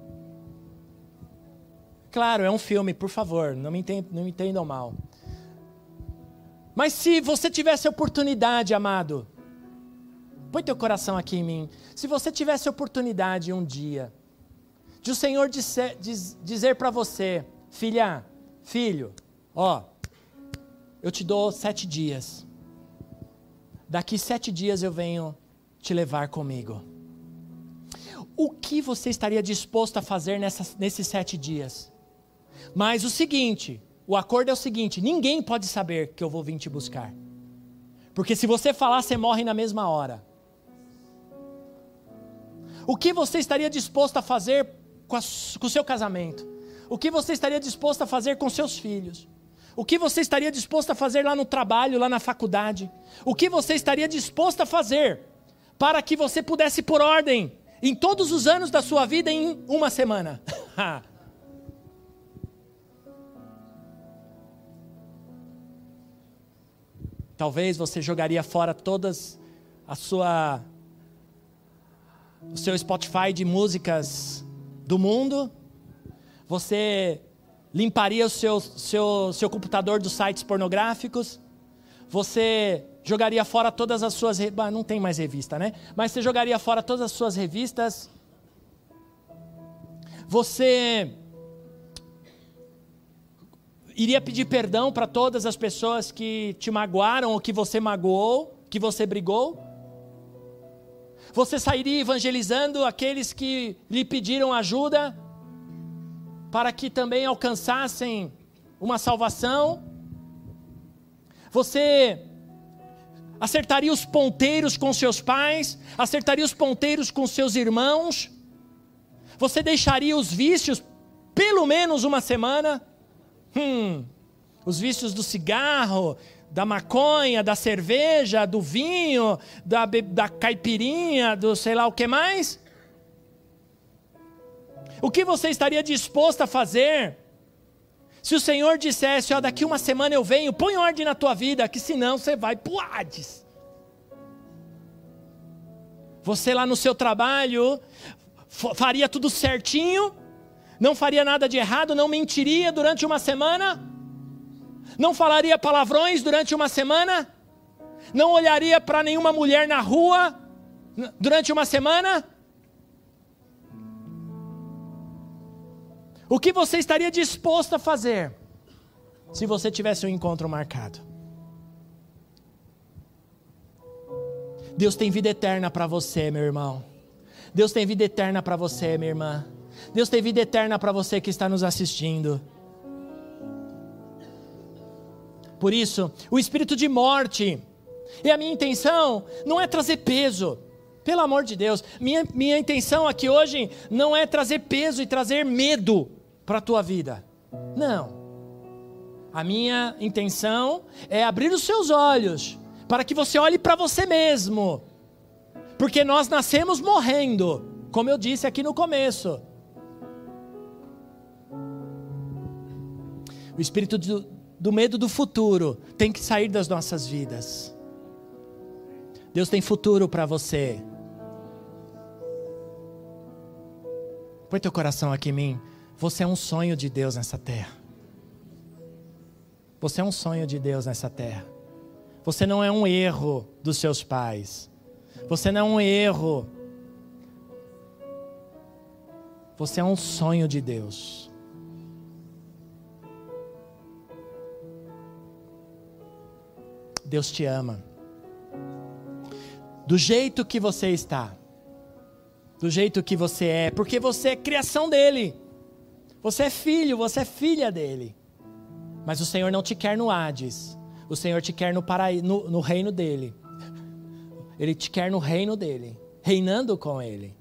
Claro, é um filme, por favor, não me entendam mal. Mas se você tivesse a oportunidade, amado, põe teu coração aqui em mim. Se você tivesse a oportunidade um dia, de o Senhor dizer para você, filha, filho, ó, eu te dou 7 dias. Daqui 7 dias eu venho te levar comigo. O que você estaria disposto a fazer nesses 7 dias? Mas o seguinte, o acordo é o seguinte, ninguém pode saber que eu vou vir te buscar. Porque se você falar, você morre na mesma hora. O que você estaria disposto a fazer com o seu casamento? O que você estaria disposto a fazer com seus filhos? O que você estaria disposto a fazer lá no trabalho, lá na faculdade? O que você estaria disposto a fazer para que você pudesse pôr ordem em todos os anos da sua vida em uma semana? Talvez você jogaria fora todas o seu Spotify de músicas do mundo. Você limparia o seu computador dos sites pornográficos. Você jogaria fora todas as suas... não tem mais revista, né? Mas você jogaria fora todas as suas revistas. Você iria pedir perdão para todas as pessoas que te magoaram ou que você magoou, que você brigou? Você sairia evangelizando aqueles que lhe pediram ajuda para que também alcançassem uma salvação? Você acertaria os ponteiros com seus pais? Acertaria os ponteiros com seus irmãos? Você deixaria os vícios pelo menos uma semana? Os vícios do cigarro, da maconha, da cerveja, do vinho, da caipirinha, do sei lá o que mais? O que você estaria disposto a fazer se o Senhor dissesse, ó, daqui uma semana eu venho, põe ordem na tua vida, que senão você vai pro Hades. Você lá no seu trabalho faria tudo certinho, não faria nada de errado, não mentiria durante uma semana, não falaria palavrões durante uma semana, não olharia para nenhuma mulher na rua durante uma semana. O que você estaria disposto a fazer se você tivesse um encontro marcado? Deus tem vida eterna para você, meu irmão. Deus tem vida eterna para você, minha irmã. Deus tem vida eterna para você que está nos assistindo. Por isso, o espírito de morte, e a minha intenção não é trazer peso, pelo amor de Deus, minha intenção aqui hoje não é trazer peso e trazer medo para a tua vida, não. A minha intenção é abrir os seus olhos, para que você olhe para você mesmo, porque nós nascemos morrendo, como eu disse aqui no começo. O espírito do medo do futuro tem que sair das nossas vidas. Deus tem futuro para você. Põe teu coração aqui em mim. Você é um sonho de Deus nessa terra. Você é um sonho de Deus nessa terra. Você não é um erro dos seus pais. Você não é um erro Você é um sonho de Deus. Deus te ama. Do jeito que você está. Do jeito que você é. Porque você é criação dele. Você é filho, você é filha dele. Mas o Senhor não te quer no Hades. O Senhor te quer no reino dele. Ele te quer no reino dele. Reinando com ele.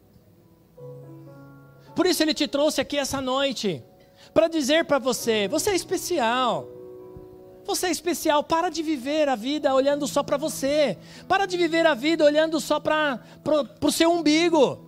Por isso ele te trouxe aqui essa noite. Para dizer para você, você é especial. Você é especial. Para de viver a vida olhando só para você. Para de viver a vida olhando só para o seu umbigo.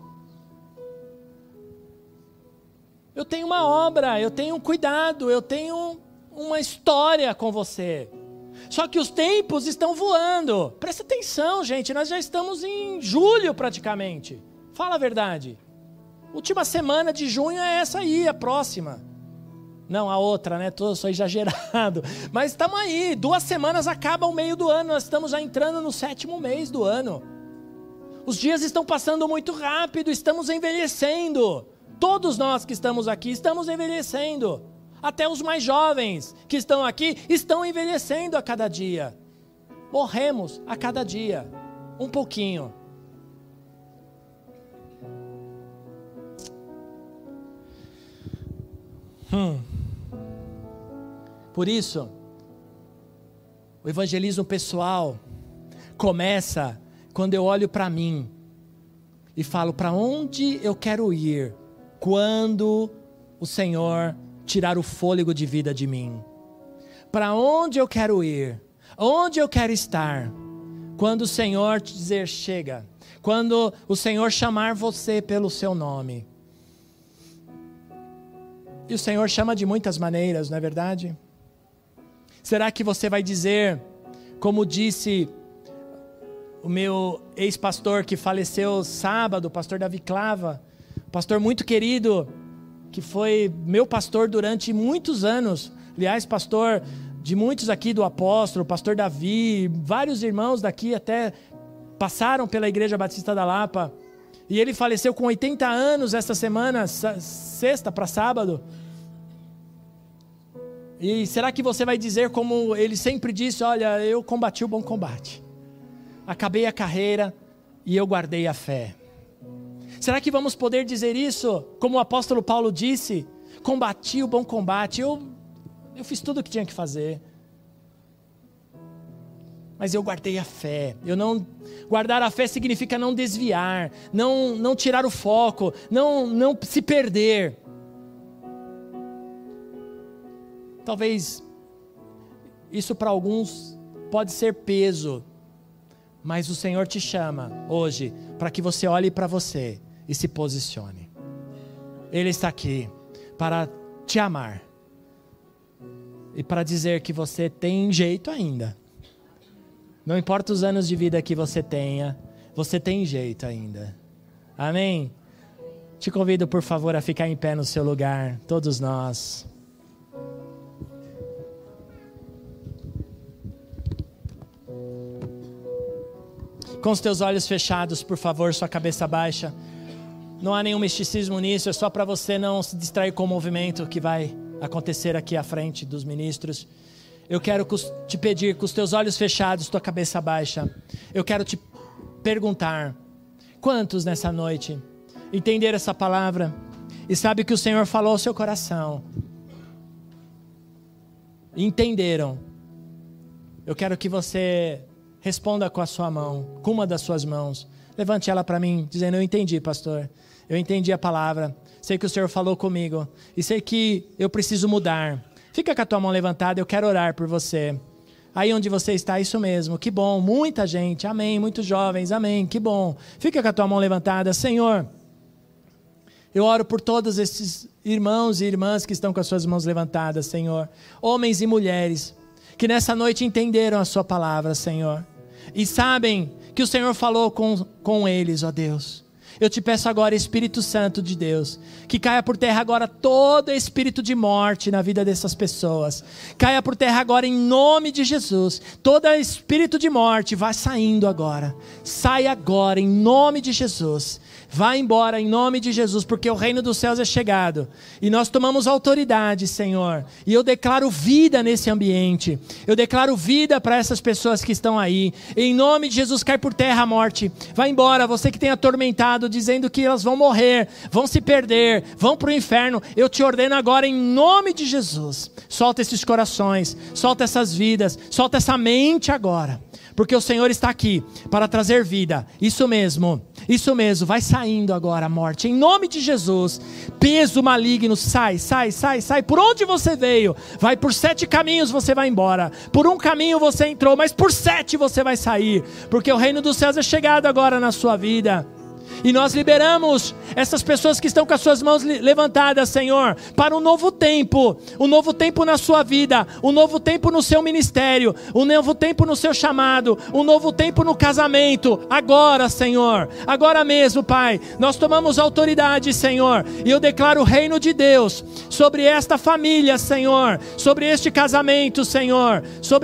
Eu tenho uma obra, eu tenho um cuidado, eu tenho uma história com você. Só que os tempos estão voando. Presta atenção, gente, nós já estamos em julho praticamente. Fala a verdade. Última semana de junho é essa aí, a próxima. Não, a outra, né? Sou exagerado. Mas estamos aí, 2 semanas acaba o meio do ano, nós estamos já entrando no 7º mês do ano. Os dias estão passando muito rápido, estamos envelhecendo. Todos nós que estamos aqui estamos envelhecendo. Até os mais jovens que estão aqui estão envelhecendo a cada dia. Morremos a cada dia, um pouquinho. Por isso, o evangelismo pessoal começa quando eu olho para mim e falo para onde eu quero ir quando o Senhor tirar o fôlego de vida de mim. Para onde eu quero ir? Onde eu quero estar? Quando o Senhor te dizer chega. Quando o Senhor chamar você pelo seu nome. E o Senhor chama de muitas maneiras, não é verdade? Será que você vai dizer, como disse o meu ex-pastor que faleceu sábado, o pastor Davi Clava, pastor muito querido, que foi meu pastor durante muitos anos, aliás, pastor de muitos aqui do apóstolo, pastor Davi, vários irmãos daqui até passaram pela Igreja Batista da Lapa, e ele faleceu com 80 anos esta semana, sexta para sábado. E será que você vai dizer como ele sempre disse, olha, eu combati o bom combate, acabei a carreira e eu guardei a fé. Será que vamos poder dizer isso, como o apóstolo Paulo disse, combati o bom combate, eu fiz tudo o que tinha que fazer, mas eu guardei a fé. Guardar a fé significa não desviar, não tirar o foco, não se perder. Talvez isso para alguns pode ser peso, mas o Senhor te chama hoje para que você olhe para você e se posicione. Ele está aqui para te amar e para dizer que você tem jeito ainda. Não importa os anos de vida que você tenha, você tem jeito ainda. Amém? Te convido, por favor, a ficar em pé no seu lugar, todos nós. Com os teus olhos fechados, por favor, sua cabeça baixa. Não há nenhum misticismo nisso, é só para você não se distrair com o movimento que vai acontecer aqui à frente dos ministros. Eu quero te pedir, com os teus olhos fechados, tua cabeça baixa, eu quero te perguntar, quantos nessa noite entenderam essa palavra e sabe que o Senhor falou ao seu coração? Entenderam? Eu quero que você responda com a sua mão, com uma das suas mãos. Levante ela para mim, dizendo, eu entendi, pastor. Eu entendi a palavra. Sei que o Senhor falou comigo. E sei que eu preciso mudar. Fica com a tua mão levantada, eu quero orar por você. Aí onde você está, isso mesmo. Que bom, muita gente, amém. Muitos jovens, amém, que bom. Fica com a tua mão levantada. Senhor, eu oro por todos esses irmãos e irmãs que estão com as suas mãos levantadas, Senhor. Homens e mulheres que nessa noite entenderam a sua palavra, Senhor. E sabem que o Senhor falou com eles, ó Deus. Eu te peço agora, Espírito Santo de Deus, que caia por terra agora todo espírito de morte na vida dessas pessoas. Caia por terra agora em nome de Jesus. Todo espírito de morte vai saindo agora. Sai agora em nome de Jesus. Vai embora em nome de Jesus, porque o reino dos céus é chegado. E nós tomamos autoridade, Senhor. E eu declaro vida nesse ambiente. Eu declaro vida para essas pessoas que estão aí. Em nome de Jesus, cai por terra a morte. Vai embora, você que tem atormentado, dizendo que elas vão morrer, vão se perder, vão para o inferno. Eu te ordeno agora em nome de Jesus. Solta esses corações, solta essas vidas, solta essa mente agora. Porque o Senhor está aqui para trazer vida. Isso mesmo, vai saindo agora a morte, em nome de Jesus. Peso maligno, sai. Por onde você veio, vai por 7 caminhos, você vai embora. Por um caminho você entrou, mas por 7 você vai sair. Porque o reino dos céus é chegado agora na sua vida. E nós liberamos essas pessoas que estão com as suas mãos levantadas, Senhor, para um novo tempo na sua vida, um novo tempo no seu ministério, um novo tempo no seu chamado, um novo tempo no casamento, agora, Senhor, agora mesmo, Pai, nós tomamos autoridade, Senhor, e eu declaro o reino de Deus sobre esta família, Senhor, sobre este casamento, Senhor,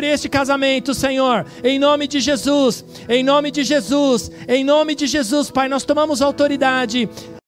em nome de Jesus, Pai, nós tomamos autoridade